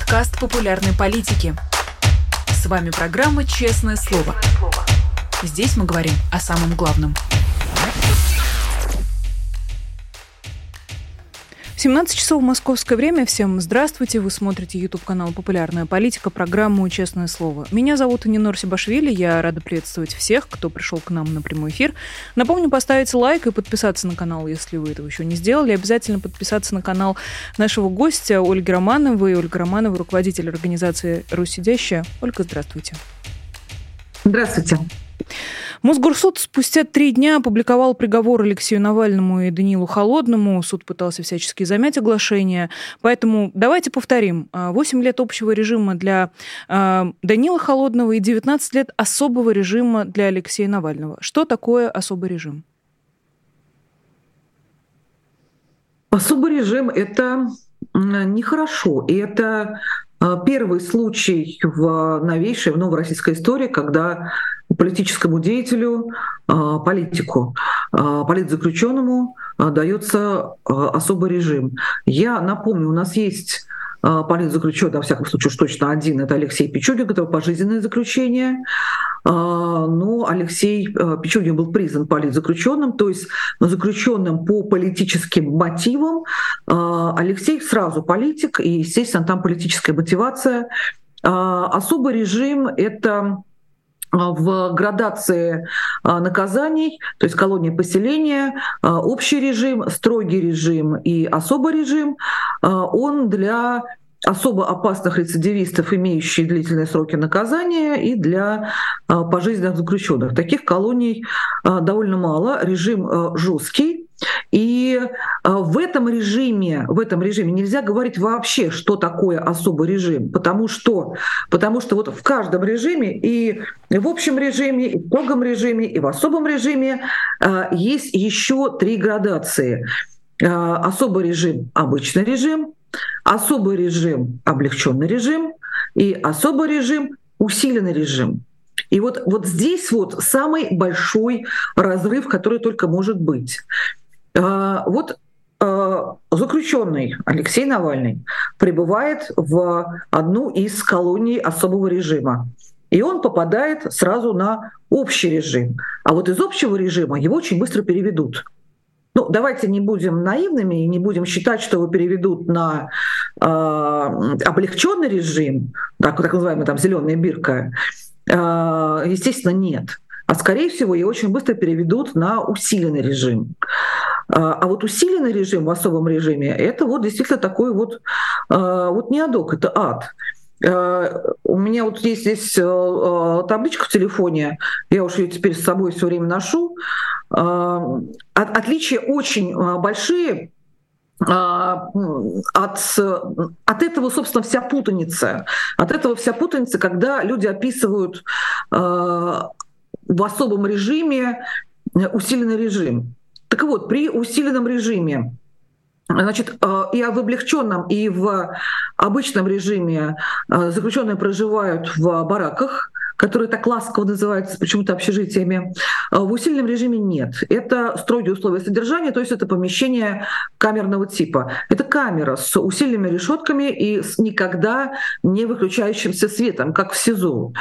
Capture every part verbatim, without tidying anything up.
подкаст популярной политики. С вами программа «Честное слово». Здесь мы говорим о самом главном. семнадцать часов московское время. Всем здравствуйте. Вы смотрите YouTube-канал «Популярная политика», программу «Честное слово». Меня зовут Нинор Сибашвили. Я рада приветствовать всех, кто пришел к нам на прямой эфир. Напомню, поставить лайк и подписаться на канал, если вы этого еще не сделали. Обязательно подписаться на канал нашего гостя Ольги Романовой. Ольга Романова, руководитель организации «Русь сидящая». Ольга, здравствуйте. Здравствуйте. Мосгорсуд спустя три дня опубликовал приговор Алексею Навальному и Даниилу Холодному. Суд пытался всячески замять оглашение. Поэтому давайте повторим. восемь лет общего режима для Даниила Холодного и девятнадцать лет особого режима для Алексея Навального. Что такое особый режим? Особый режим — это нехорошо. И это первый случай в новейшей, в новой российской истории, когда политическому деятелю, политику, политзаключенному дается особый режим. Я напомню, у нас есть политзаключенный, во всяком случае, уж точно один, это Алексей Пичугин, это пожизненное заключение. Но Алексей Пичугин был признан политзаключенным, то есть заключенным по политическим мотивам. Алексей сразу политик, и, естественно, там политическая мотивация. Особый режим — это в градации наказаний, то есть колония поселения, общий режим, строгий режим и особый режим, он для особо опасных рецидивистов, имеющих длительные сроки наказания, и для пожизненных заключенных. Таких колоний довольно мало, режим жесткий. И в этом режиме, в этом режиме нельзя говорить вообще, что такое особый режим, потому что, потому что вот в каждом режиме, и в общем режиме, и в строгом режиме, и в особом режиме есть еще три градации. Особый режим — обычный режим, особый режим — облегченный режим, и особый режим — усиленный режим. И вот, вот здесь вот самый большой разрыв, который только может быть. Вот заключенный Алексей Навальный прибывает в одну из колоний особого режима, и он попадает сразу на общий режим. А вот из общего режима его очень быстро переведут. Ну, давайте не будем наивными и не будем считать, что его переведут на э, облегченный режим, так, так называемый там зеленая бирка. Э, естественно, нет. А скорее всего, ее очень быстро переведут на усиленный режим. А вот усиленный режим в особом режиме — это вот действительно такой вот, вот неадок, это ад. У меня вот есть здесь табличка в телефоне, я уж ее теперь с собой все время ношу. Отличия очень большие. От, от этого, собственно, вся путаница. От этого вся путаница, когда люди описывают в особом режиме усиленный режим. Так вот, при усиленном режиме, значит, и в облегченном, и в обычном режиме заключенные проживают в бараках, которые так ласково называются почему-то общежитиями. В усиленном режиме нет. Это строгие условия содержания, то есть это помещение камерного типа. Это камера с усиленными решетками и с никогда не выключающимся светом, как в СИЗО.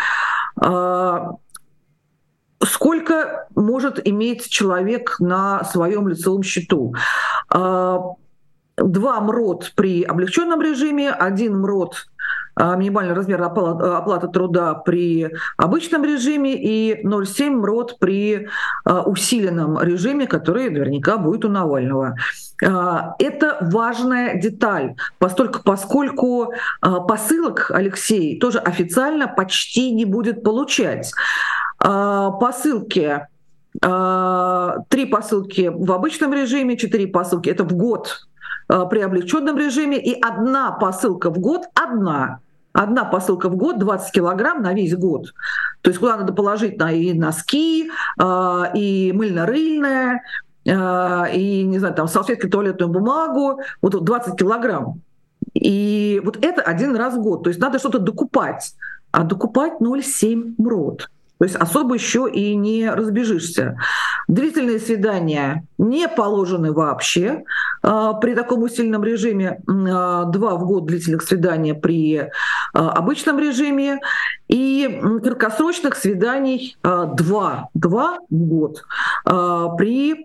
Сколько может иметь человек на своем лицевом счету? Два МРОТ при облегченном режиме, один МРОТ минимальный размер оплаты труда при обычном режиме и ноль целых семь десятых МРОТ при усиленном режиме, который наверняка будет у Навального. Это важная деталь, поскольку, поскольку посылок Алексей тоже официально почти не будет получать. Посылки, три посылки в обычном режиме, четыре посылки — это в год при облегченном режиме, и одна посылка в год, одна, одна посылка в год, двадцать килограмм на весь год. То есть куда надо положить на и носки, и мыльно-рыльное, и, не знаю, там салфетки, туалетную бумагу, вот двадцать килограмм. И вот это один раз в год. То есть надо что-то докупать. А докупать ноль целых семь десятых МРОТ. То есть особо еще и не разбежишься. Длительные свидания не положены вообще э, при таком усиленном режиме. Э, два в год длительных свиданий при э, обычном режиме. И краткосрочных свиданий э, два, два в год э, при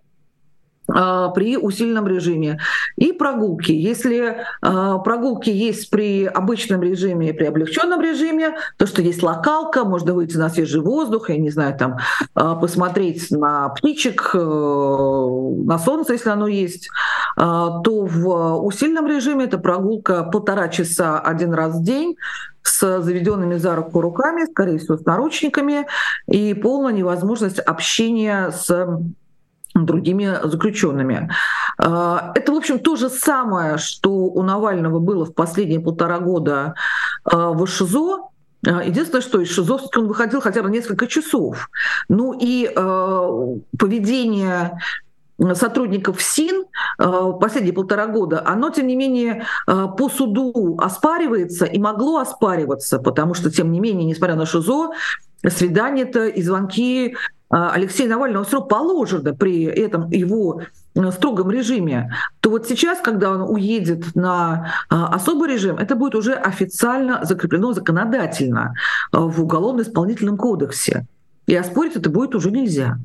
при усиленном режиме. И прогулки. Если э, прогулки есть при обычном режиме и при облегченном режиме, то, что есть локалка, можно выйти на свежий воздух, я не знаю, там, э, посмотреть на птичек, э, на солнце, если оно есть, э, то в усиленном режиме это прогулка полтора часа один раз в день, с заведенными за руку руками, скорее всего, с наручниками, и полная невозможность общения с другими заключенными. Это, в общем, то же самое, что у Навального было в последние полтора года в ШИЗО. Единственное, что из ШИЗО он выходил хотя бы несколько часов. Ну и поведение сотрудников СИН последние полтора года, оно, тем не менее, по суду оспаривается и могло оспариваться, потому что, тем не менее, несмотря на ШИЗО, свидания-то и звонки Алексея Навального все равно положено при этом его строгом режиме, то вот сейчас, когда он уедет на особый режим, это будет уже официально закреплено законодательно в Уголовно-исполнительном кодексе. И оспорить это будет уже нельзя.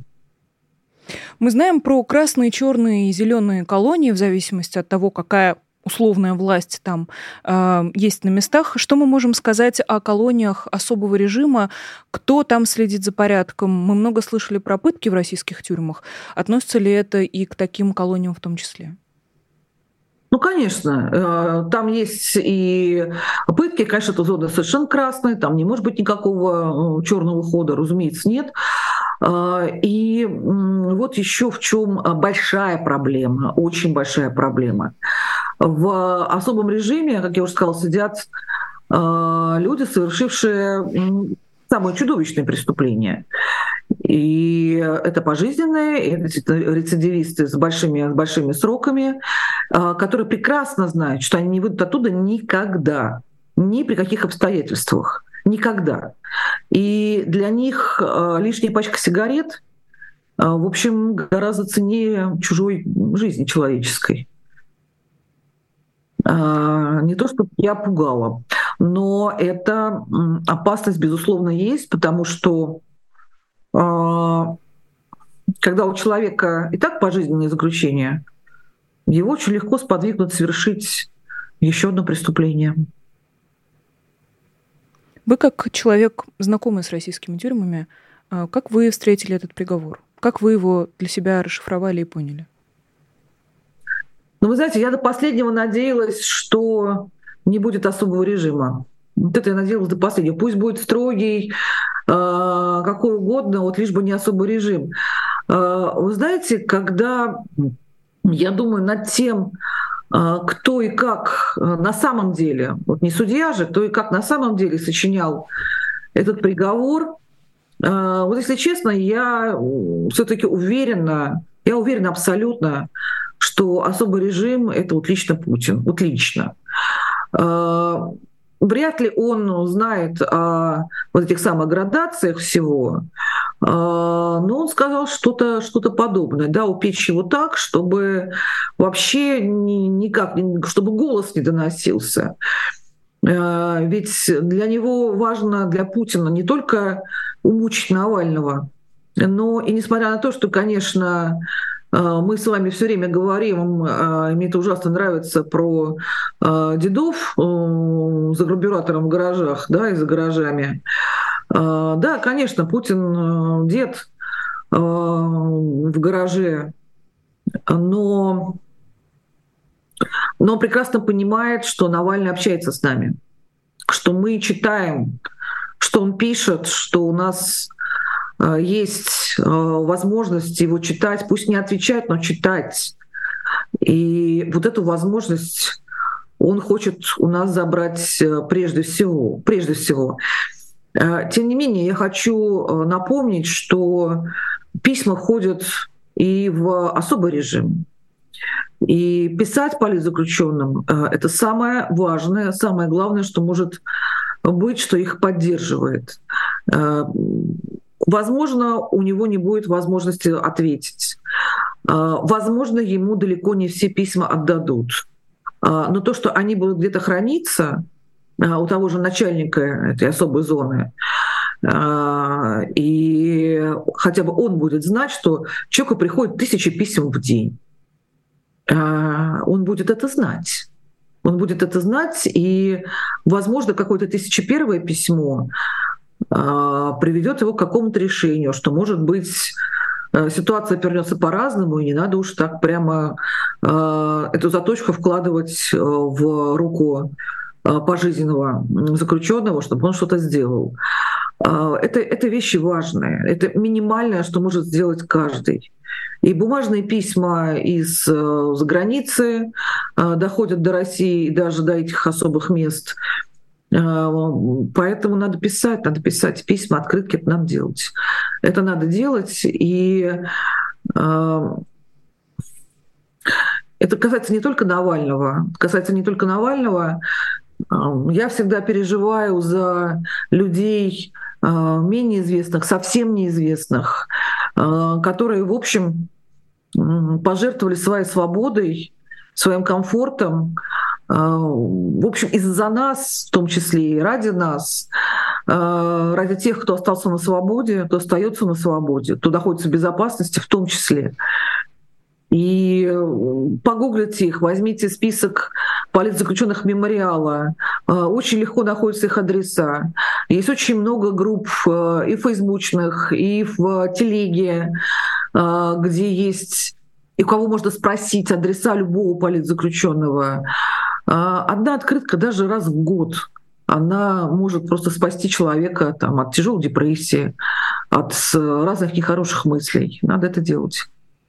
Мы знаем про красные, черные и зеленые колонии в зависимости от того, какая условная власть там э, есть на местах. Что мы можем сказать о колониях особого режима? Кто там следит за порядком? Мы много слышали про пытки в российских тюрьмах. Относится ли это и к таким колониям в том числе? Ну, конечно, там есть и пытки, конечно, это зона совершенно красная, там не может быть никакого черного хода, разумеется, нет. И вот еще в чем большая проблема, очень большая проблема. В особом режиме, как я уже сказала, сидят люди, совершившие самые чудовищные преступления. И это пожизненные, это рецидивисты с большими, с большими сроками, которые прекрасно знают, что они не выйдут оттуда никогда, ни при каких обстоятельствах, никогда. И для них лишняя пачка сигарет, в общем, гораздо ценнее чужой жизни человеческой. Не то, чтобы я пугала, но эта опасность, безусловно, есть, потому что когда у человека и так пожизненное заключение, его очень легко сподвигнут совершить еще одно преступление. Вы, как человек, знакомый с российскими тюрьмами, как вы встретили этот приговор? Как вы его для себя расшифровали и поняли? Ну, вы знаете, я до последнего надеялась, что не будет особого режима. Вот это я надеялась до последнего. Пусть будет строгий, какой угодно, вот лишь бы не особый режим. Вы знаете, когда я думаю над тем, кто и как на самом деле, вот не судья же, кто и как на самом деле сочинял этот приговор, вот если честно, я все-таки уверена, я уверена абсолютно, что особый режим — это вот лично Путин, вот лично. Вряд ли он знает о вот этих самых градациях всего, но он сказал что-то что-то подобное, да, упечь его так, чтобы вообще ни, никак, чтобы голос не доносился. Ведь для него важно, для Путина, не только умучить Навального, но и несмотря на то, что, конечно, мы с вами все время говорим, мне это ужасно нравится, про дедов за грабюратором в гаражах, да, и за гаражами. Да, конечно, Путин дед в гараже, но, но он прекрасно понимает, что Навальный общается с нами, что мы читаем, что он пишет, что у нас есть возможность его читать, пусть не отвечать, но читать. И вот эту возможность он хочет у нас забрать прежде всего. Прежде всего. Тем не менее, я хочу напомнить, что письма ходят и в особый режим. И писать политзаключенным — это самое важное, самое главное, что может быть, что их поддерживает. Возможно, у него не будет возможности ответить. Возможно, ему далеко не все письма отдадут. Но то, что они будут где-то храниться у того же начальника этой особой зоны, и хотя бы он будет знать, что человеку приходит тысячи писем в день. Он будет это знать. Он будет это знать, и, возможно, какое-то тысяча первое письмо приведет его к какому-то решению, что, может быть, ситуация повернется по-разному, и не надо уж так прямо эту заточку вкладывать в руку пожизненного заключенного, чтобы он что-то сделал. Это, это вещи важные, это минимальное, что может сделать каждый. И бумажные письма из-за границы доходят до России и даже до этих особых мест. Поэтому надо писать, надо писать письма, открытки, это надо делать. Это надо делать, и это касается не только Навального, касается не только Навального. Я всегда переживаю за людей менее известных, совсем неизвестных, которые, в общем, пожертвовали своей свободой, своим комфортом, в общем, из-за нас, в том числе и ради нас, ради тех, кто остался на свободе, кто остается на свободе, кто находится в безопасности в том числе. И погуглите их, возьмите список политзаключенных мемориала. Очень легко находятся их адреса. Есть очень много групп и фейсбучных, и в телеге, где есть, и у кого можно спросить адреса любого политзаключенного. Одна открытка даже раз в год, она может просто спасти человека там, от тяжелой депрессии, от разных нехороших мыслей. Надо это делать.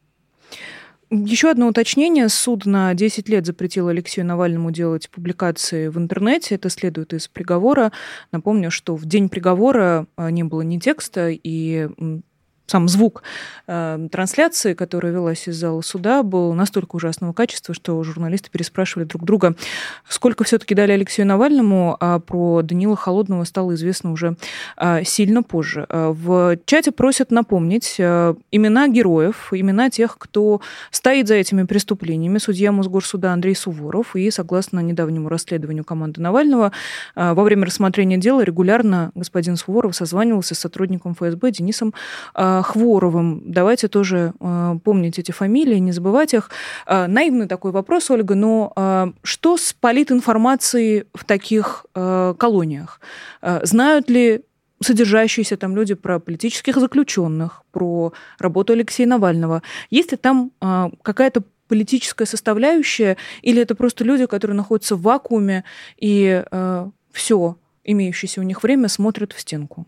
Еще одно уточнение. Суд на десять лет запретил Алексею Навальному делать публикации в интернете. Это следует из приговора. Напомню, что в день приговора не было ни текста, и сам звук э, трансляции, которая велась из зала суда, был настолько ужасного качества, что журналисты переспрашивали друг друга, сколько все-таки дали Алексею Навальному, а про Даниила Холодного стало известно уже э, сильно позже. В чате просят напомнить э, имена героев, имена тех, кто стоит за этими преступлениями. Судья Мосгорсуда Андрей Суворов. И, согласно недавнему расследованию команды Навального, э, во время рассмотрения дела регулярно господин Суворов созванивался с сотрудником эф эс бэ Денисом э, Хворовым. Давайте тоже э, помнить эти фамилии, не забывать их. Э, наивный такой вопрос, Ольга, но э, что с политинформацией в таких э, колониях? Э, знают ли содержащиеся там люди про политических заключенных, про работу Алексея Навального? Есть ли там э, какая-то политическая составляющая, или это просто люди, которые находятся в вакууме и э, все имеющееся у них время смотрят в стенку?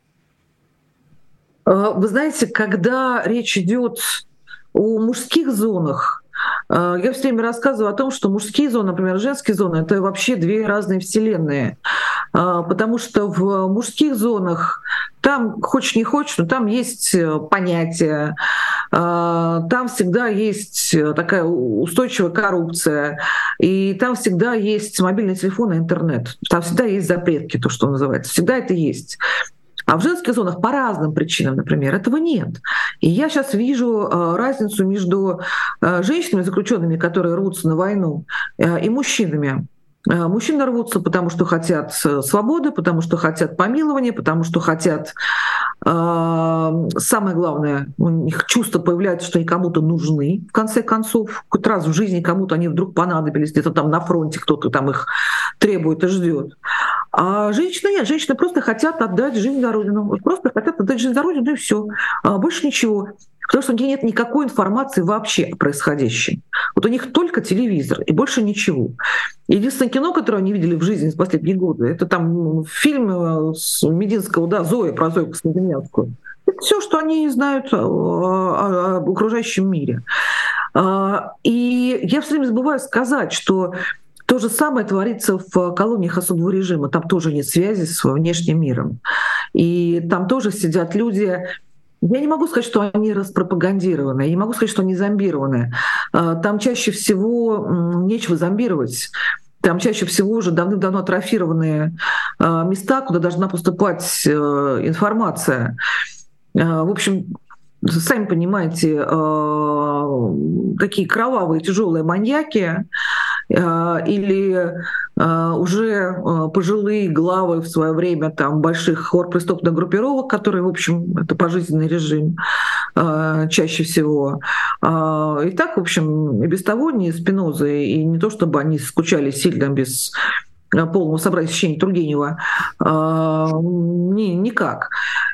Вы знаете, когда речь идет о мужских зонах, я все время рассказываю о том, что мужские зоны, например, женские зоны — это вообще две разные вселенные. Потому что в мужских зонах там, хочешь не хочешь, но там есть понятия, там всегда есть такая устойчивая коррупция, и там всегда есть мобильный телефон и интернет, там всегда есть запретки, то, что называется, всегда это есть. А в женских зонах по разным причинам, например, этого нет. И я сейчас вижу э, разницу между э, женщинами, заключенными, которые рвутся на войну, э, и мужчинами. Э, мужчины рвутся, потому что хотят свободы, потому что хотят помилования, потому что хотят... Э, самое главное, у них чувство появляется, что они кому-то нужны, в конце концов. Хоть раз в жизни кому-то они вдруг понадобились, где-то там на фронте кто-то там их требует и ждет. А женщины нет, женщины просто хотят отдать жизнь за Родину. Просто хотят отдать жизнь за Родину, и все. А больше ничего. Потому что у них нет никакой информации вообще о происходящем. Вот у них только телевизор и больше ничего. Единственное кино, которое они видели в жизни в последние годы, это там фильм с Мединского, да, «Зоя», про Зою Космодемьянскую. Это все, что они знают об окружающем мире. И я все время забываю сказать, что то же самое творится в колониях особого режима. Там тоже нет связи с внешним миром. И там тоже сидят люди... Я не могу сказать, что они распропагандированы, я не могу сказать, что они зомбированы. Там чаще всего нечего зомбировать. Там чаще всего уже давным-давно атрофированные места, куда должна поступать информация. В общем, сами понимаете, такие кровавые, тяжелые маньяки или уже пожилые главы в свое время там больших оргпреступных группировок, которые, в общем, это пожизненный режим чаще всего. И так, в общем, и без того не Спиноза, и не то, чтобы они скучали сильно без полного собрания священника Тургенева, никак.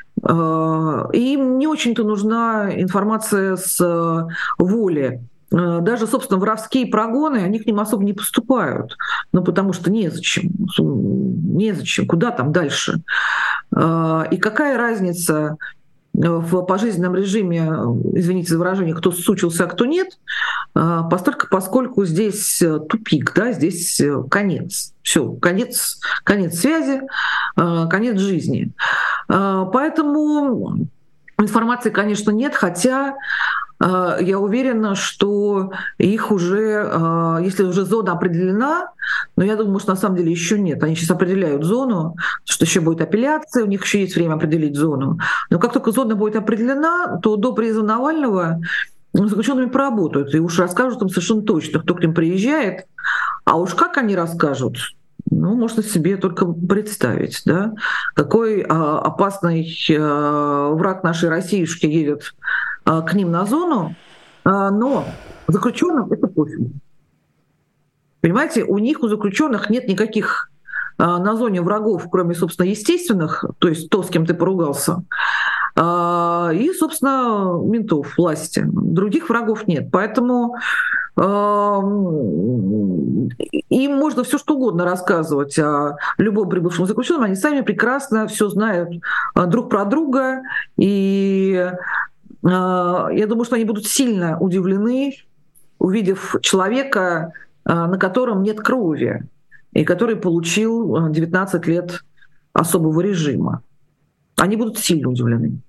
Им не очень-то нужна информация с воли. Даже, собственно, воровские прогоны, они к ним особо не поступают. Ну, потому что незачем. Незачем. Куда там дальше? И какая разница в пожизненном режиме, извините за выражение, кто сучился, а кто нет, постольку, поскольку здесь тупик, да, здесь конец. Все, конец, конец связи, конец жизни. Поэтому информации, конечно, нет, хотя я уверена, что их уже, если уже зона определена, но я думаю, что на самом деле еще нет. Они сейчас определяют зону, что еще будет апелляция, у них еще есть время определить зону. Но как только зона будет определена, то до призыва Навального с заключенными поработают. И уж расскажут им совершенно точно, кто к ним приезжает. А уж как они расскажут, ну, можно себе только представить, да, какой а, опасный а, враг нашей Россиюшки едет а, к ним на зону, а, но заключенным это пофиг. Понимаете, у них, у заключенных нет никаких а, на зоне врагов, кроме, собственно, естественных, то есть то, с кем ты поругался, а, и, собственно, ментов, власти. Других врагов нет. Поэтому им можно все что угодно рассказывать о любом прибывшем заключенном, они сами прекрасно все знают друг про друга, и я думаю, что они будут сильно удивлены, увидев человека, на котором нет крови, и который получил девятнадцать лет особого режима. Они будут сильно удивлены.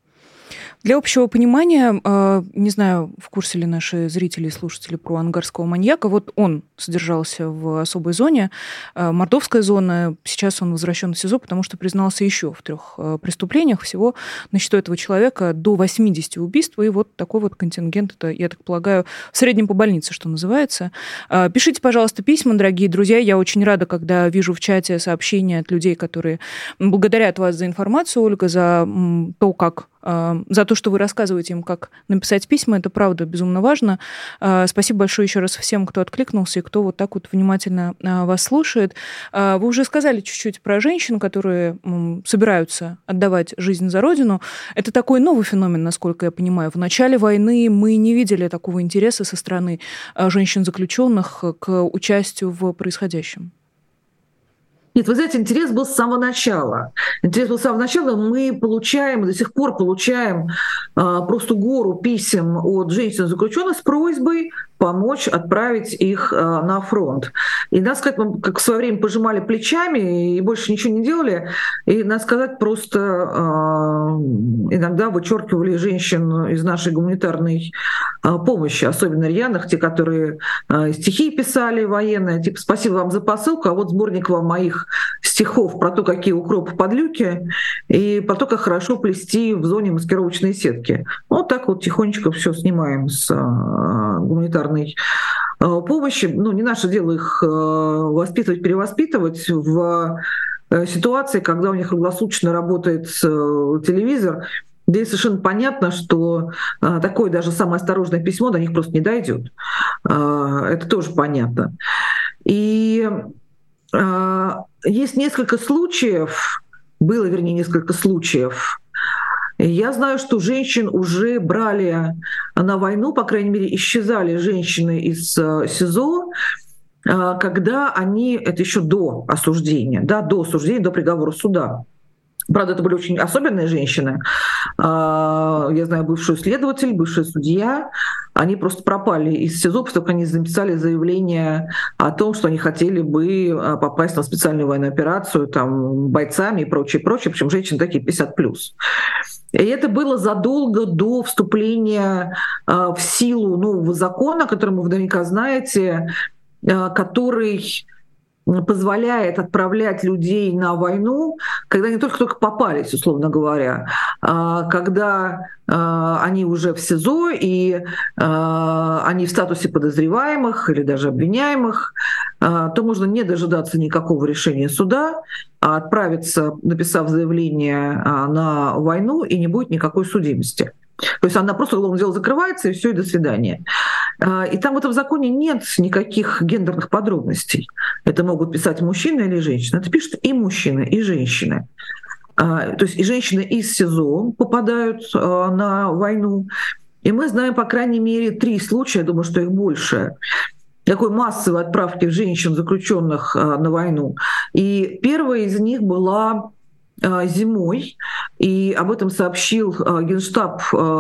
Для общего понимания, не знаю, в курсе ли наши зрители и слушатели про ангарского маньяка, вот он содержался в особой зоне, мордовская зона, сейчас он возвращен в СИЗО, потому что признался еще в трех преступлениях, всего на счету этого человека до восемьдесят убийств, и вот такой вот контингент, это, я так полагаю, в среднем по больнице, что называется. Пишите, пожалуйста, письма, дорогие друзья, я очень рада, когда вижу в чате сообщения от людей, которые благодарят вас за информацию, Ольга, за то, как за то, что вы рассказываете им, как написать письма. Это правда безумно важно. Спасибо большое еще раз всем, кто откликнулся и кто вот так вот внимательно вас слушает. Вы уже сказали чуть-чуть про женщин, которые собираются отдавать жизнь за Родину. Это такой новый феномен, насколько я понимаю. В начале войны мы не видели такого интереса со стороны женщин-заключенных к участию в происходящем. Нет, вы знаете, интерес был с самого начала. Интерес был с самого начала. Мы получаем, до сих пор получаем а, просто гору писем от женщин-заключенных с просьбой помочь отправить их а, на фронт. И, надо сказать, мы как в свое время пожимали плечами и больше ничего не делали. И, надо сказать, просто а, иногда вычеркивали женщин из нашей гуманитарной а, помощи, особенно рьяных, те, которые а, стихи писали военные, типа «Спасибо вам за посылку, а вот сборник вам моих стихов про то, какие укропы подлюки, и про то, как хорошо плести в зоне маскировочные сетки». Вот так вот тихонечко все снимаем с а, гуманитарной а, помощи. Ну, не наше дело их а, воспитывать, перевоспитывать в а, ситуации, когда у них круглосуточно работает а, телевизор. Здесь совершенно понятно, что а, такое даже самое осторожное письмо до них просто не дойдет. А, это тоже понятно. И есть несколько случаев, было, вернее, несколько случаев. Я знаю, что женщин уже брали на войну, по крайней мере, исчезали женщины из СИЗО, когда они, это еще до осуждения, да, до осуждения, до приговора суда. Правда, это были очень особенные женщины. Я знаю бывшую следователь, бывшая судья. Они просто пропали из СИЗО, потому что они написали заявление о том, что они хотели бы попасть на специальную военную операцию там, бойцами и прочее, прочее. Причем женщины такие пятьдесят плюс. И это было задолго до вступления в силу нового закона, который вы наверняка знаете, который позволяет отправлять людей на войну, когда они только-только попались, условно говоря, когда они уже в СИЗО и они в статусе подозреваемых или даже обвиняемых, то можно не дожидаться никакого решения суда, а отправиться, написав заявление на войну, и не будет никакой судимости. То есть она просто, уголовное дело закрывается, и все, и до свидания. И там в этом законе нет никаких гендерных подробностей. Это могут писать мужчины или женщины. Это пишут и мужчины, и женщины. То есть и женщины из СИЗО попадают на войну. И мы знаем, по крайней мере, три случая, я думаю, что их больше, такой массовой отправки женщин, заключенных на войну. И первая из них была зимой, и об этом сообщил Генштаб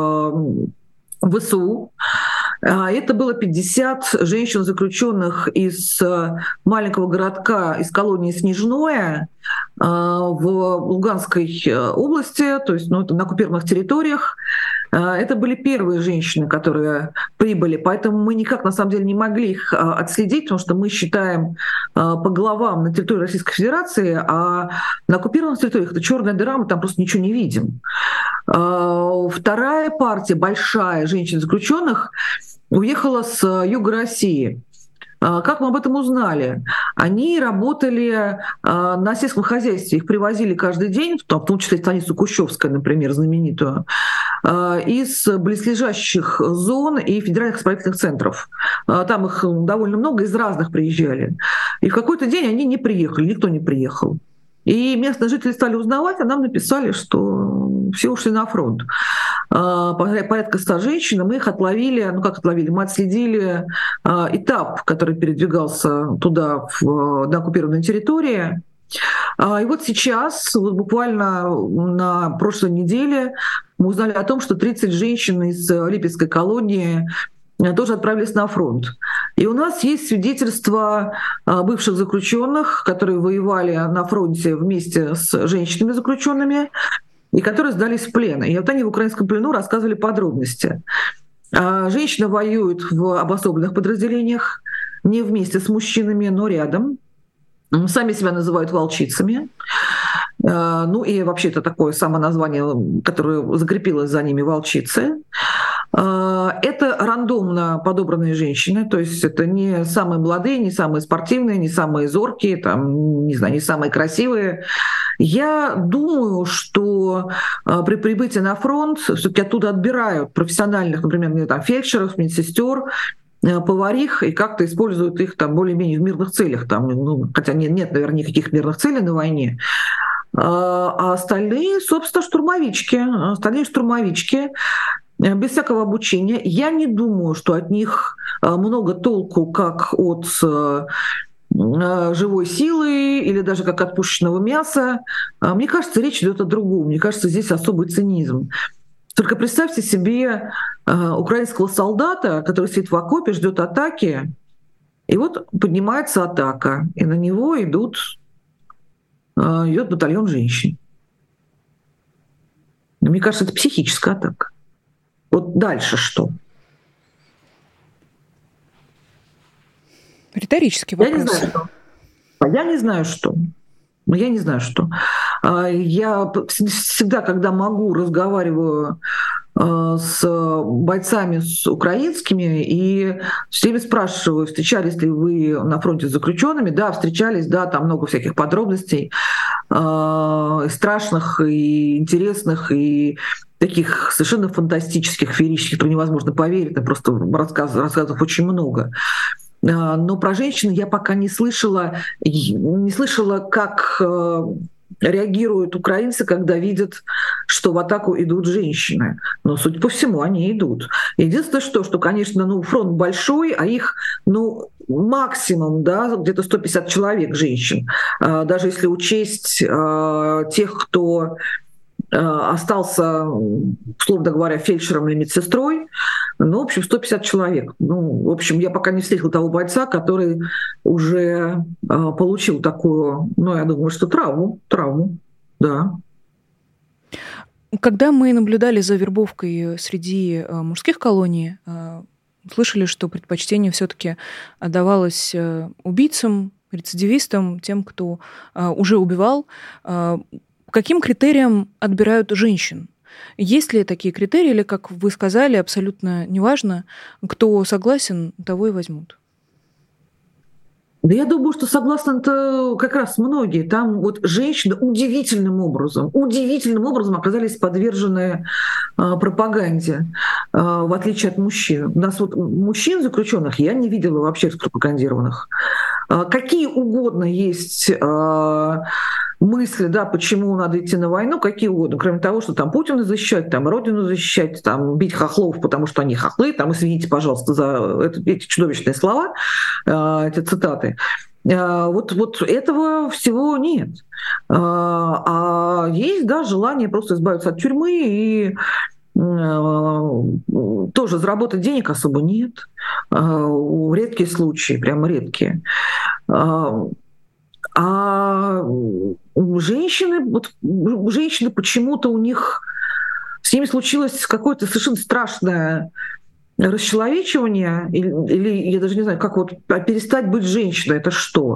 ВСУ. Это было пятьдесят женщин, заключенных из маленького городка, из колонии Снежное в Луганской области, то есть ну, это на оккупированных территориях. Это были первые женщины, которые прибыли, поэтому мы никак на самом деле не могли их отследить, потому что мы считаем по главам на территории Российской Федерации, а на оккупированных территориях это черная дыра, мы там просто ничего не видим. Вторая партия, большая, женщин-заключенных, уехала с юга России. Как мы об этом узнали? Они работали на сельском хозяйстве, их привозили каждый день, в том числе станицу Кущевская, например, знаменитую, из близлежащих зон и федеральных исправительных центров. Там их довольно много, из разных приезжали. И в какой-то день они не приехали, никто не приехал. И местные жители стали узнавать, а нам написали, что все ушли на фронт. Порядка ста женщин, мы их отловили, ну как отловили, мы отследили этап, который передвигался туда, в, на оккупированной территории. И вот сейчас, вот буквально на прошлой неделе, мы узнали о том, что тридцать женщин из Липецкой колонии тоже отправились на фронт. И у нас есть свидетельства бывших заключенных, которые воевали на фронте вместе с женщинами-заключенными, и которые сдались в плен. И вот они в украинском плену рассказывали подробности. Женщины воюют в обособленных подразделениях, не вместе с мужчинами, но рядом. Сами себя называют волчицами. Ну и вообще это такое самоназвание, которое закрепилось за ними, волчицы. Это рандомно подобранные женщины, то есть это не самые молодые, не самые спортивные, не самые зоркие, там, не знаю, не самые красивые. Я думаю, что при прибытии на фронт все-таки оттуда отбирают профессиональных, например, там, фельдшеров, медсестер, поварих, и как-то используют их там более-менее в мирных целях. Там, ну, хотя нет, нет, наверное, никаких мирных целей на войне. А остальные, собственно, штурмовички. Остальные штурмовички без всякого обучения. Я не думаю, что от них много толку, как от живой силы или даже как от пушечного мяса. Мне кажется, речь идет о другом. Мне кажется, здесь особый цинизм. Только представьте себе украинского солдата, который сидит в окопе, ждет атаки, и вот поднимается атака, и на него идут, идет батальон женщин. Мне кажется, это психическая атака. Вот дальше что? Риторический вопрос. Я не знаю, что. Я не знаю, что. Я не знаю, что. Я всегда, когда могу, разговариваю с бойцами, с украинскими, и все время спрашиваю, встречались ли вы на фронте с заключенными. Да, встречались, да, там много всяких подробностей, страшных и интересных, и таких совершенно фантастических, феерических, которые невозможно поверить, просто рассказов, рассказов очень много. Но про женщин я пока не слышала, не слышала, как реагируют украинцы, когда видят, что в атаку идут женщины. Но, судя по всему, они идут. Единственное, что, что конечно, ну, фронт большой, а их ну, максимум, да, где-то сто пятьдесят человек женщин. Даже если учесть тех, кто остался, условно говоря, фельдшером или медсестрой, ну, в общем, сто пятьдесят человек. Ну, в общем, я пока не встретила того бойца, который уже э, получил такую, ну, я думаю, что травму, травму, да. Когда мы наблюдали за вербовкой среди э, мужских колоний, э, слышали, что предпочтение все-таки отдавалось э, убийцам, рецидивистам, тем, кто э, уже убивал. Э, каким критериям отбирают женщин? Есть ли такие критерии, или, как вы сказали, абсолютно неважно, кто согласен, того и возьмут? Да я думаю, что согласны-то как раз многие. Там вот женщины удивительным образом, удивительным образом оказались подвержены а, пропаганде, а, в отличие от мужчин. У нас вот мужчин заключенных я не видела вообще пропагандированных. А, какие угодно есть а, мысли, да, почему надо идти на войну, какие угодно, кроме того, что там Путина защищать, там Родину защищать, там бить хохлов, потому что они хохлы, там, извините, пожалуйста, за это, эти чудовищные слова, эти цитаты. Вот, вот этого всего нет. А есть, да, желание просто избавиться от тюрьмы и тоже заработать денег особо нет. Редкие случаи, прямо редкие. А женщины, вот, женщины почему-то у них с ними случилось какое-то совершенно страшное расчеловечивание, или, или я даже не знаю, как вот перестать быть женщиной, это что?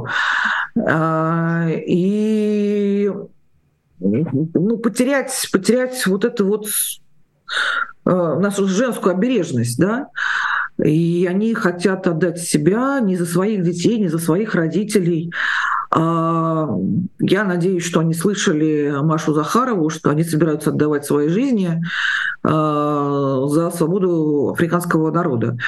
И ну, потерять, потерять вот эту вот нашу женскую обережность, да? И они хотят отдать себя не за своих детей, не за своих родителей. Я надеюсь, что они слышали Машу Захарову, что они собираются отдавать свои жизни за свободу африканского народа.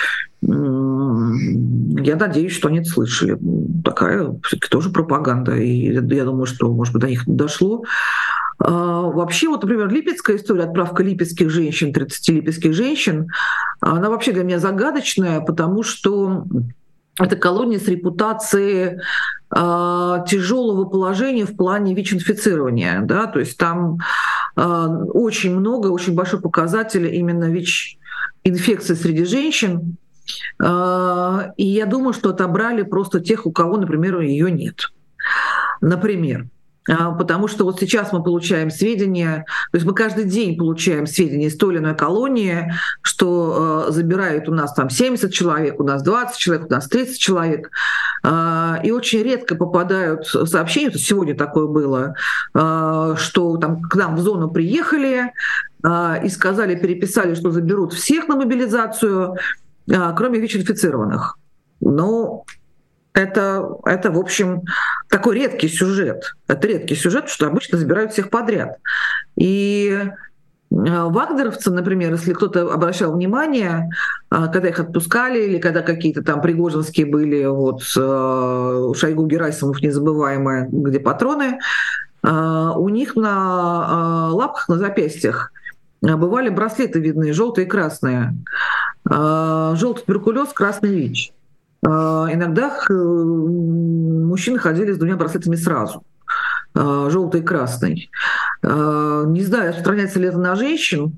Я надеюсь, что они это слышали. Такая все-таки тоже пропаганда. И я думаю, что, может быть, до них дошло. Вообще, вот, например, липецкая история, отправка липецких женщин, тридцати липецких женщин, она вообще для меня загадочная, потому что это колония с репутацией э, тяжелого положения в плане ВИЧ-инфицирования. Да? То есть там э, очень много, очень большой показатель именно ВИЧ-инфекции среди женщин. Э, и я думаю, что отобрали просто тех, у кого, например, ее нет. Например. Потому что вот сейчас мы получаем сведения, то есть мы каждый день получаем сведения из той или иной колонии, что э, забирают у нас там семьдесят человек, у нас двадцать человек, у нас тридцать человек. Э, и очень редко попадают сообщения, то сегодня такое было, э, что там к нам в зону приехали э, и сказали, переписали, что заберут всех на мобилизацию, э, кроме ВИЧ-инфицированных. Но Это, это, в общем, такой редкий сюжет. Это редкий сюжет, что обычно забирают всех подряд. И вагнеровцы, например, если кто-то обращал внимание, когда их отпускали, или когда какие-то там пригожинские были, вот у Шойгу, Герасимов незабываемые, где патроны, у них на лапках, на запястьях бывали браслеты видные, желтые и красные. Желтый туберкулез, красный ВИЧ. Иногда мужчины ходили с двумя браслетами сразу, желтый и красный. Не знаю, распространяется ли это на женщин.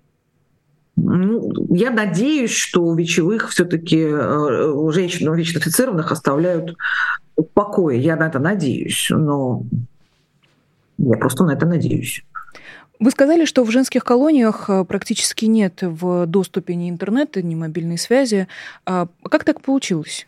Я надеюсь, что у ВИЧевых все-таки женщин ВИЧ-инфицированных оставляют в покое. Я на это надеюсь, но я просто на это надеюсь. Вы сказали, что в женских колониях практически нет в доступе ни интернета, ни мобильной связи. А как так получилось?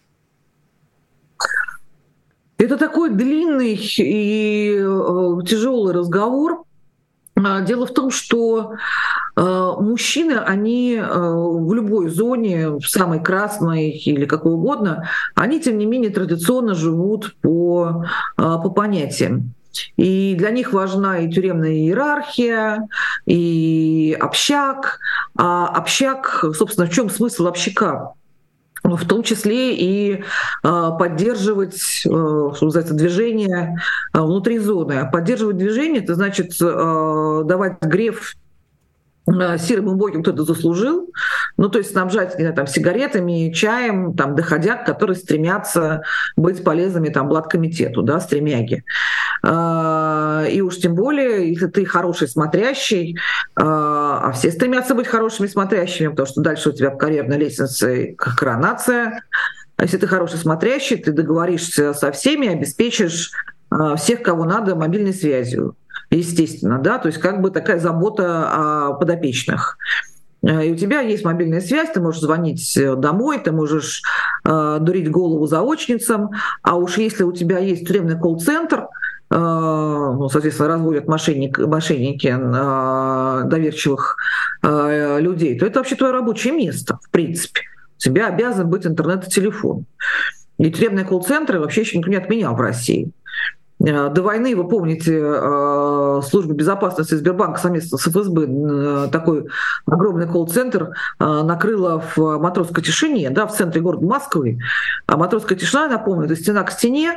Это такой длинный и тяжелый разговор. Дело в том, что мужчины, они в любой зоне, в самой красной или какой угодно, они, тем не менее, традиционно живут по, по понятиям. И для них важна и тюремная иерархия, и общак. А общак, собственно, в чем смысл общака? В том числе и поддерживать, что называется, движение внутри зоны. Поддерживать движение — это значит давать греф сирым убогим, кто это заслужил, ну, то есть снабжать, не знаю, там, сигаретами, чаем, там, доходяг, которые стремятся быть полезными, там, блаткомитету, да, стремяги. И уж тем более, если ты хороший смотрящий, а все стремятся быть хорошими смотрящими, потому что дальше у тебя в карьерной лестнице коронация. А если ты хороший смотрящий, ты договоришься со всеми, обеспечишь всех, кого надо, мобильной связью. Естественно, да, то есть как бы такая забота о подопечных. и у тебя есть мобильная связь, ты можешь звонить домой, ты можешь э, дурить голову заочницам, а уж если у тебя есть тюремный колл-центр, э, ну, соответственно, разводят мошенник, мошенники э, доверчивых э, людей, то это вообще твое рабочее место, в принципе. У тебя обязан быть интернет и телефон. И тюремные колл-центры вообще еще никто не отменял в России. До войны, вы помните, служба безопасности Сбербанка совместно с эф эс бэ такой огромный колл-центр накрыла в Матросской тишине, да, в центре города Москвы. А Матросская тишина, напомню, это стена к стене,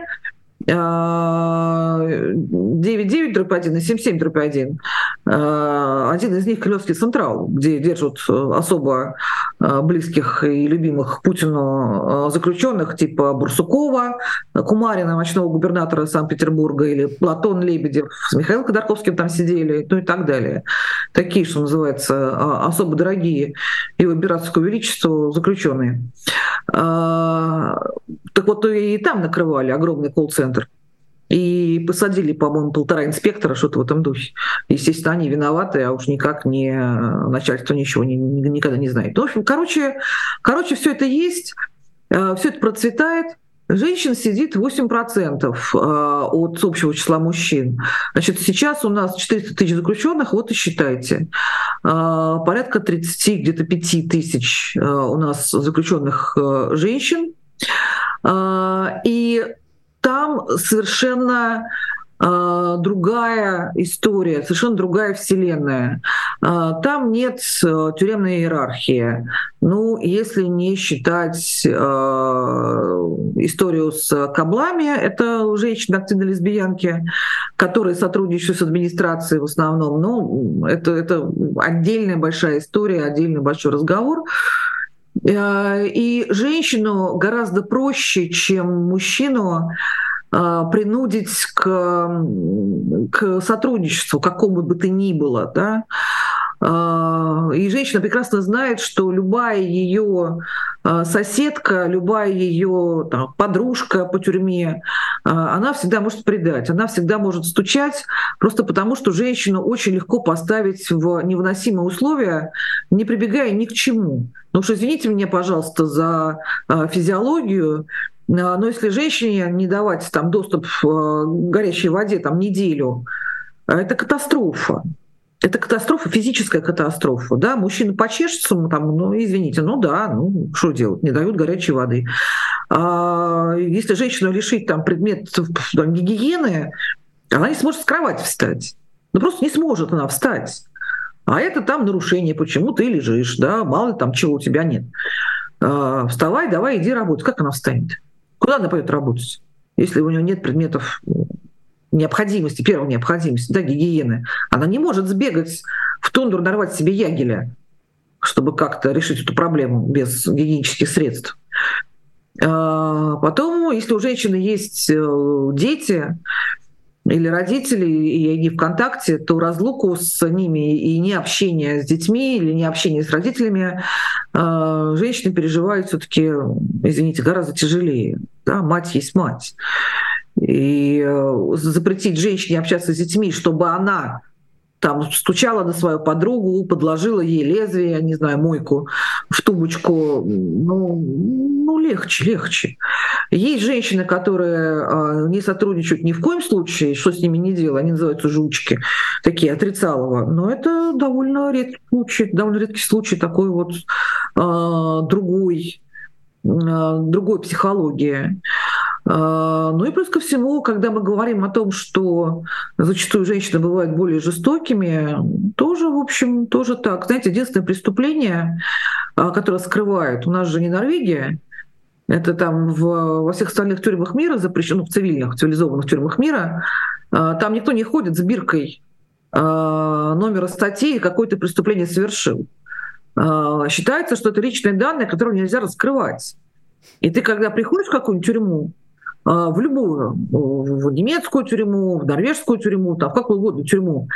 девять девять один и семь семь один. Один из них — Кремлевский Централ, где держат особо близких и любимых Путину заключенных типа Барсукова, Кумарина, ночного губернатора Санкт-Петербурга, или Платон Лебедев с Михаилом Ходорковским там сидели, ну и так далее. Такие, что называется, особо дорогие его императорскому величеству заключенные. Так вот, и там накрывали огромный колл-центр. И посадили, по-моему, полтора инспектора, что-то в этом духе. Естественно, они виноваты, а уж никак не начальство ничего не, никогда не знает. В общем, короче, короче, все это есть, все это процветает. Женщин сидит восемь процентов от общего числа мужчин. Значит, сейчас у нас четыреста тысяч заключенных, вот и считайте. Порядка тридцать, где-то пять тысяч у нас заключенных женщин. И там совершенно э, другая история, совершенно другая вселенная. Э, там нет э, тюремной иерархии. Ну, если не считать э, историю с каблами, это женщины активно лесбиянки, которые сотрудничают с администрацией в основном. Ну, это, это отдельная большая история, отдельный большой разговор. И женщину гораздо проще, чем мужчину, принудить к, к сотрудничеству, какому бы то ни было. Да? И женщина прекрасно знает, что любая ее соседка, любая ее там, подружка по тюрьме, она всегда может предать, она всегда может стучать, просто потому что женщину очень легко поставить в невыносимые условия, не прибегая ни к чему. Ну уж извините меня, пожалуйста, за физиологию, но если женщине не давать там, доступ к горячей воде там, неделю, это катастрофа. Это катастрофа, физическая катастрофа. Да? Мужчина почешется, там, ну, извините, ну да, ну что делать, не дают горячей воды. А если женщину лишить там, предметов там, гигиены, она не сможет с кровати встать. Ну просто не сможет она встать. А это там нарушение, почему ты лежишь, да, мало ли там чего у тебя нет. А, вставай, давай, иди работать. Как она встанет? Куда она пойдет работать, если у нее нет предметов необходимости, первой необходимости, да, гигиены? Она не может сбегать в тундру, нарвать себе ягеля, чтобы как-то решить эту проблему без гигиенических средств. А потом, если у женщины есть дети или родители, и они в контакте, то разлуку с ними и не общение с детьми или не общение с родителями э, женщины переживают все-таки, извините, гораздо тяжелее. Да? Мать есть мать. И э, запретить женщине общаться с детьми, чтобы она там стучала на свою подругу, подложила ей лезвие, я не знаю, мойку в тумбочку, ну, ну легче, легче. Есть женщины, которые э, не сотрудничают ни в коем случае, что с ними не делать, они называются жучки, такие отрицалово. Но это довольно редкий случай, довольно редкий случай такой вот э, другой, э, другой психологии. Ну и плюс ко всему, когда мы говорим о том, что зачастую женщины бывают более жестокими, тоже, в общем, тоже так. Знаете, единственное преступление, которое скрывают, у нас же не Норвегия, это там в, во всех остальных тюрьмах мира запрещено, ну, в цивильных, цивилизованных тюрьмах мира, там никто не ходит с биркой номера статьи, какое ты преступление совершил. Считается, что это личные данные, которые нельзя раскрывать. И ты, когда приходишь в какую-нибудь тюрьму, в любую, в немецкую тюрьму, в норвежскую тюрьму, там, в какую угодно тюрьму,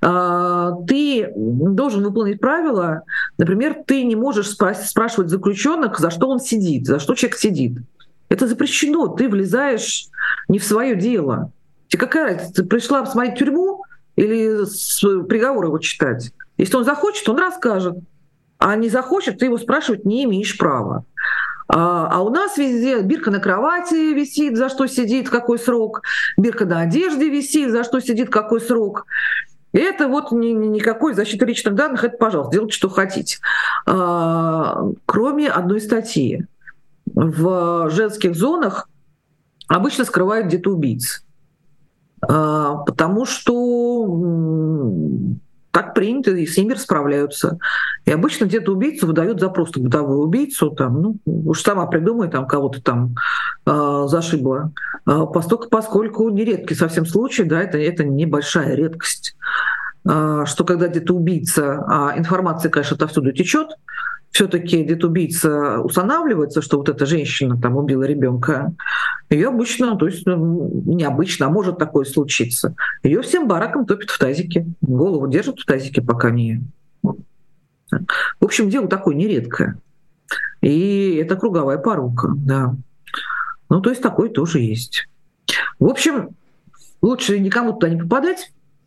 ты должен выполнить правила. Например, ты не можешь спрашивать заключенных, за что он сидит, за что человек сидит. Это запрещено, ты влезаешь не в свое дело. Тебе какая разница, ты пришла посмотреть тюрьму или приговор его читать? Если он захочет, он расскажет. а не захочет, ты его спрашивать не имеешь права. А, а у нас везде бирка на кровати висит, за что сидит, какой срок, бирка на одежде висит, за что сидит, какой срок. И это вот ни, ни, никакой защиты личных данных, это, пожалуйста, делайте, что хотите. А, кроме одной статьи. В женских зонах обычно скрывают где-то убийц. А, потому что так принято, и с ними расправляются. И обычно где-то убийцу выдают за просто бытовую убийцу, там, ну, уж сама придумай, там кого-то там э, зашибла. Э, поскольку, поскольку нередкий совсем случай, да, это, это небольшая редкость, э, что когда где-то убийца, а информация, конечно, отовсюду течет, все-таки где-то убийца устанавливается, что вот эта женщина там убила ребенка, ее обычно, то есть ну, необычно, а может такое случиться, ее всем бараком топят в тазике, голову держат в тазике, пока не... В общем, дело такое нередкое. И это круговая порука, да. Ну, то есть такое тоже есть. В общем, лучше никому туда не попадать.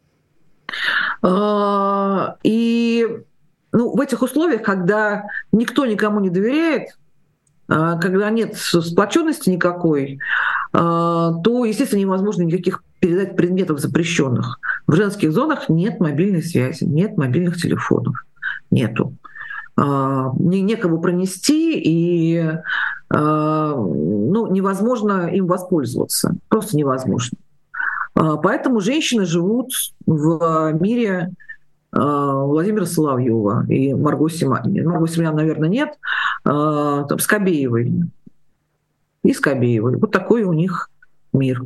И ну, в этих условиях, когда никто никому не доверяет, когда нет сплоченности никакой, то, естественно, невозможно никаких передать предметов запрещенных. В женских зонах нет мобильной связи, нет мобильных телефонов, нету. Не, некому пронести, и ну, невозможно им воспользоваться. Просто невозможно. Поэтому женщины живут в мире Владимира Соловьева и Марго Симонян. Марго Симонян, наверное, нет. Там, Скобеевой. И Скобеевой. Вот такой у них мир.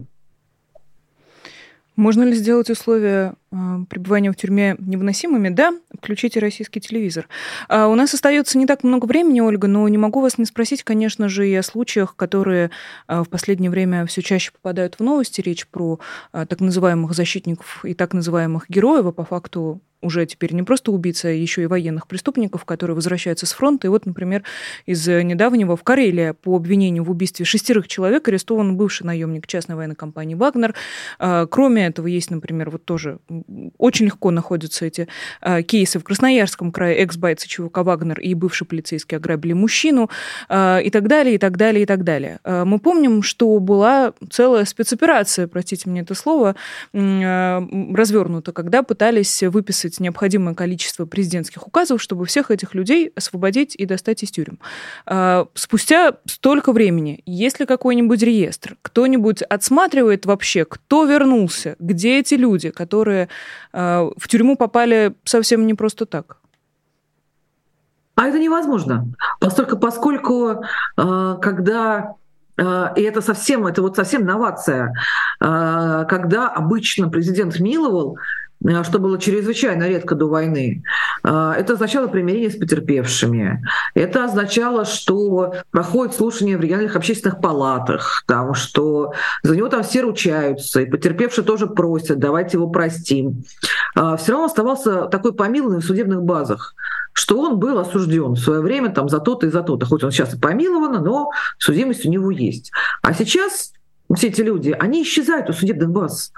Можно ли сделать условия э, пребывания в тюрьме невыносимыми? Да, включите российский телевизор. А у нас остается не так много времени, Ольга, но не могу вас не спросить, конечно же, и о случаях, которые э, в последнее время все чаще попадают в новости. Речь про э, так называемых защитников и так называемых героев, а по факту уже теперь не просто убийц, а еще и военных преступников, которые возвращаются с фронта. И вот, например, из недавнего в Карелии по обвинению в убийстве шестерых человек арестован бывший наемник частной военной компании «Вагнер». Кроме этого, есть, например, вот тоже очень легко находятся эти кейсы в Красноярском крае. Экс-бойцы ЧВК «Вагнер» и бывший полицейский ограбили мужчину и так далее, и так далее, и так далее. Мы помним, что была целая спецоперация, простите мне это слово, развернута, когда пытались выписать необходимое количество президентских указов, чтобы всех этих людей освободить и достать из тюрем. Спустя столько времени, есть ли какой-нибудь реестр? Кто-нибудь отсматривает вообще, кто вернулся? Где эти люди, которые в тюрьму попали совсем не просто так? А это невозможно. Поскольку, поскольку когда... И это совсем, это вот совсем новация. Когда обычно президент миловал, что было чрезвычайно редко до войны, это означало примирение с потерпевшими. Это означало, что проходит слушание в региональных общественных палатах, там, что за него там все ручаются, и потерпевшие тоже просят, давайте его простим. Все равно оставался такой помилованный в судебных базах, что он был осужден в свое время там, за то-то и за то-то. Хоть он сейчас и помилован, но судимость у него есть. А сейчас все эти люди, они исчезают из судебных баз.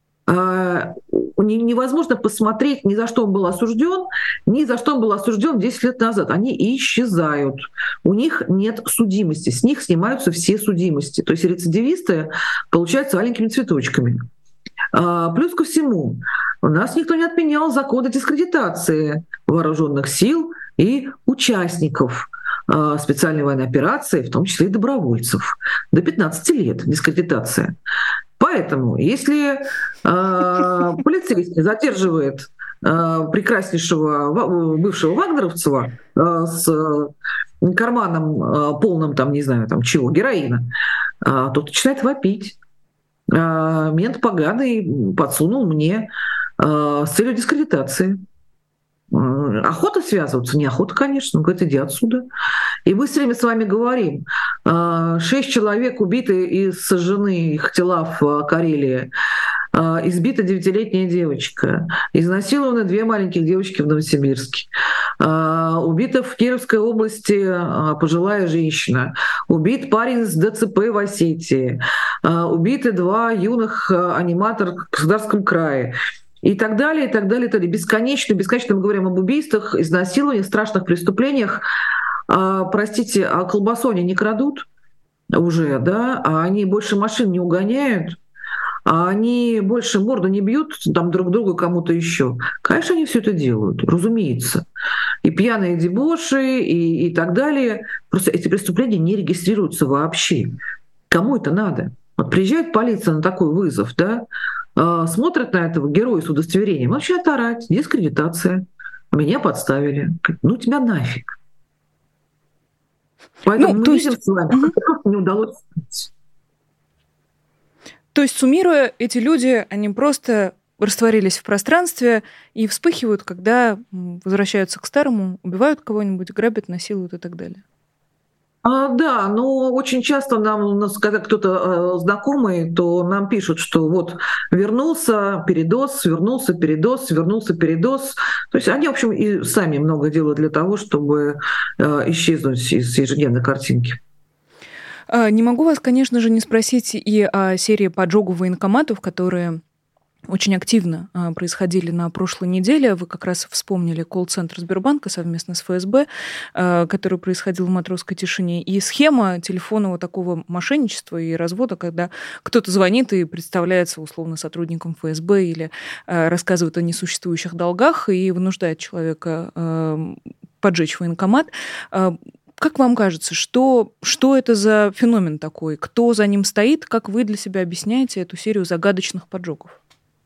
Невозможно посмотреть, ни за что он был осужден, ни за что он был осужден десять лет назад. Они исчезают. У них нет судимости. С них снимаются все судимости. То есть рецидивисты получаются маленькими цветочками. Плюс ко всему, у нас никто не отменял законы дискредитации вооруженных сил и участников специальной военной операции, в том числе и добровольцев. До пятнадцати лет дискредитация. Поэтому, если э, полицейский задерживает э, прекраснейшего бывшего вагнеровца э, с э, карманом э, полным, там, не знаю, там чего, героина, э, тот начинает вопить. Э, мент поганый подсунул мне э, с целью дискредитации. Охота связываться? Неохота, конечно. Он говорит, иди отсюда. И мы все время с вами говорим, шесть человек убиты и сожжены, их тела в Карелии, избита девятилетняя девочка, изнасилованы две маленьких девочки в Новосибирске, убита в Кировской области пожилая женщина, убит парень с ДЦП в Осетии, убиты два юных аниматора в Краснодарском крае. И так далее, и так далее, и так далее. Бесконечно, бесконечно мы говорим об убийствах, изнасилованиях, страшных преступлениях. А, простите, а колбасу они не крадут уже, да? А они больше машин не угоняют? А они больше морду не бьют там друг другу кому-то еще? Конечно, они все это делают, разумеется. И пьяные дебоши, и, и так далее. Просто эти преступления не регистрируются вообще. Кому это надо? Вот приезжает полиция на такой вызов, да, э, смотрят на этого героя с удостоверением, начинают орать, дискредитация. Меня подставили. Ну тебя нафиг. Поэтому ну, мы то видим есть... с вами, угу. что просто не удалось снять. То есть, суммируя, эти люди, они просто растворились в пространстве и вспыхивают, когда возвращаются к старому, убивают кого-нибудь, грабят, насилуют и так далее. А, да, но очень часто нам, у нас, когда кто-то э, знакомый, то нам пишут, что вот вернулся передоз, вернулся передоз, вернулся передоз. То есть они, в общем, и сами много делают для того, чтобы э, исчезнуть из ежедневной картинки. Не могу вас, конечно же, не спросить и о серии поджогов военкоматов, которые очень активно а, происходили на прошлой неделе. Вы как раз вспомнили колл-центр Сбербанка совместно с эф эс бэ, а, который происходил в Матросской тишине. И схема телефонного такого мошенничества и развода, когда кто-то звонит и представляется условно сотрудником эф эс бэ или а, рассказывает о несуществующих долгах и вынуждает человека а, поджечь военкомат. А, Как вам кажется, что, что это за феномен такой? Кто за ним стоит? Как вы для себя объясняете эту серию загадочных поджогов?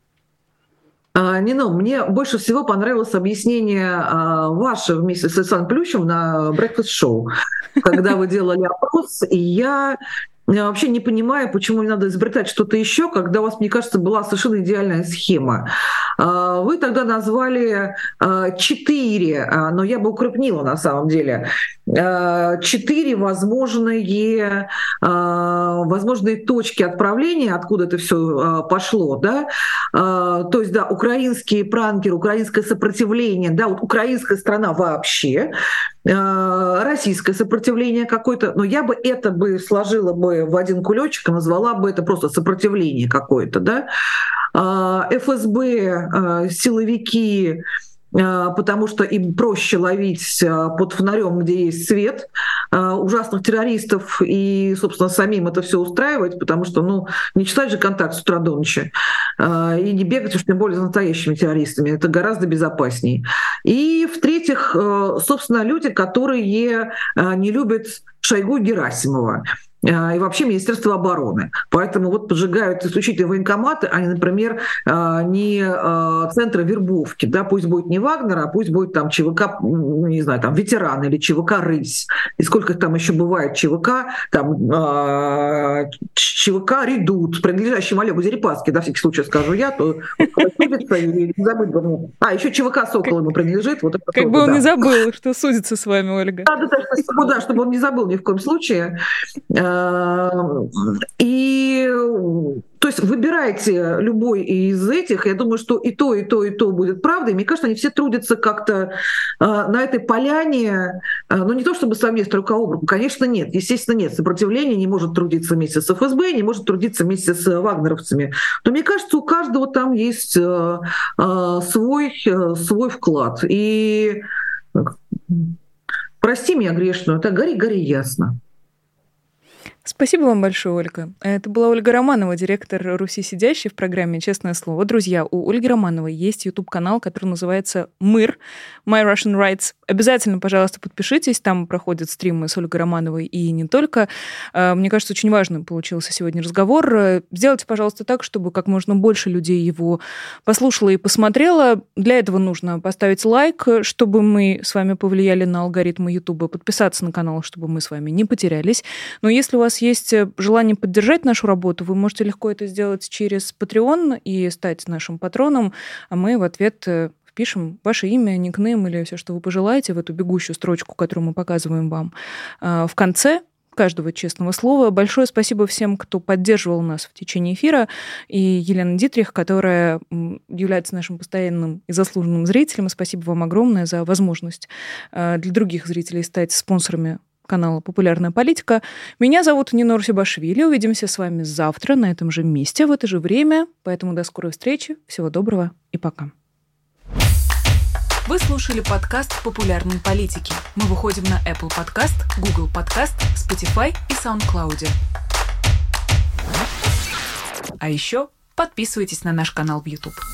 Нино, мне больше всего понравилось объяснение ваше вместе с Александром Плющем на Breakfast Show, когда вы делали опрос, и я вообще не понимаю, почему не надо изобретать что-то еще, когда у вас, мне кажется, была совершенно идеальная схема. Вы тогда назвали четыре, но я бы укрупнила на самом деле, четыре возможные, возможные точки отправления, откуда это все пошло, да, то есть, да, украинские пранкеры, украинское сопротивление, да, вот украинская страна вообще, российское сопротивление какое-то, но я бы это бы сложила бы в один кулечек и назвала бы это просто сопротивление какое-то, да. эф эс бэ, силовики, потому что им проще ловить под фонарем, где есть свет, ужасных террористов и, собственно, самим это все устраивать, потому что, ну, не читать же «Контакт» с утра до ночи и не бегать уж тем более за настоящими террористами. Это гораздо безопаснее. И, в-третьих, собственно, люди, которые не любят Шойгу и Герасимова и вообще Министерство обороны. Поэтому вот поджигают исключительно военкоматы, а не, например, не центры вербовки. Да, пусть будет не Вагнер, а пусть будет там ЧВК, не знаю, там ветераны или ЧВК «Рысь». И сколько там еще бывает ЧВК, там ЧВК «Редут», принадлежащим Олегу Дерипаске, да, всякий случай скажу я, то или не забыть бы мне. А, еще ЧВК «Сокол» ему принадлежит. Вот это как тоже, бы он да. не забыл, что судится с вами, Ольга. Да, да, да, чтобы, да, чтобы он не забыл ни в коем случае. И, то есть, выбирайте любой из этих. Я думаю, что и то, и то, и то будет правдой. Мне кажется, они все трудятся как-то на этой поляне. Ну, не то чтобы совместно рука об руку. Конечно, нет. Естественно, нет. Сопротивление не может трудиться вместе с эф эс бэ, не может трудиться вместе с вагнеровцами. Но мне кажется, у каждого там есть свой, свой вклад. И прости меня грешную, это гори, гори ясно. Спасибо вам большое, Ольга. Это была Ольга Романова, директор «Руси сидящей» в программе «Честное слово». Друзья, у Ольги Романовой есть YouTube-канал, который называется «Мыр», My Russian Rights. Обязательно, пожалуйста, подпишитесь. Там проходят стримы с Ольгой Романовой и не только. Мне кажется, очень важным получился сегодня разговор. Сделайте, пожалуйста, так, чтобы как можно больше людей его послушало и посмотрело. Для этого нужно поставить лайк, чтобы мы с вами повлияли на алгоритмы YouTube, подписаться на канал, чтобы мы с вами не потерялись. Но если у вас есть желание поддержать нашу работу, вы можете легко это сделать через Patreon и стать нашим патроном, а мы в ответ впишем ваше имя, никнейм или все, что вы пожелаете в эту бегущую строчку, которую мы показываем вам в конце каждого честного слова. Большое спасибо всем, кто поддерживал нас в течение эфира, и Елена Дитрих, которая является нашим постоянным и заслуженным зрителем. Спасибо вам огромное за возможность для других зрителей стать спонсорами канала «Популярная политика». Меня зовут Нинор Сибашвили. Увидимся с вами завтра на этом же месте, в это же время. Поэтому до скорой встречи. Всего доброго и пока. Вы слушали подкаст «Популярные политики». Мы выходим на Apple Podcast, Google Podcast, Spotify и SoundCloud. А еще подписывайтесь на наш канал в YouTube.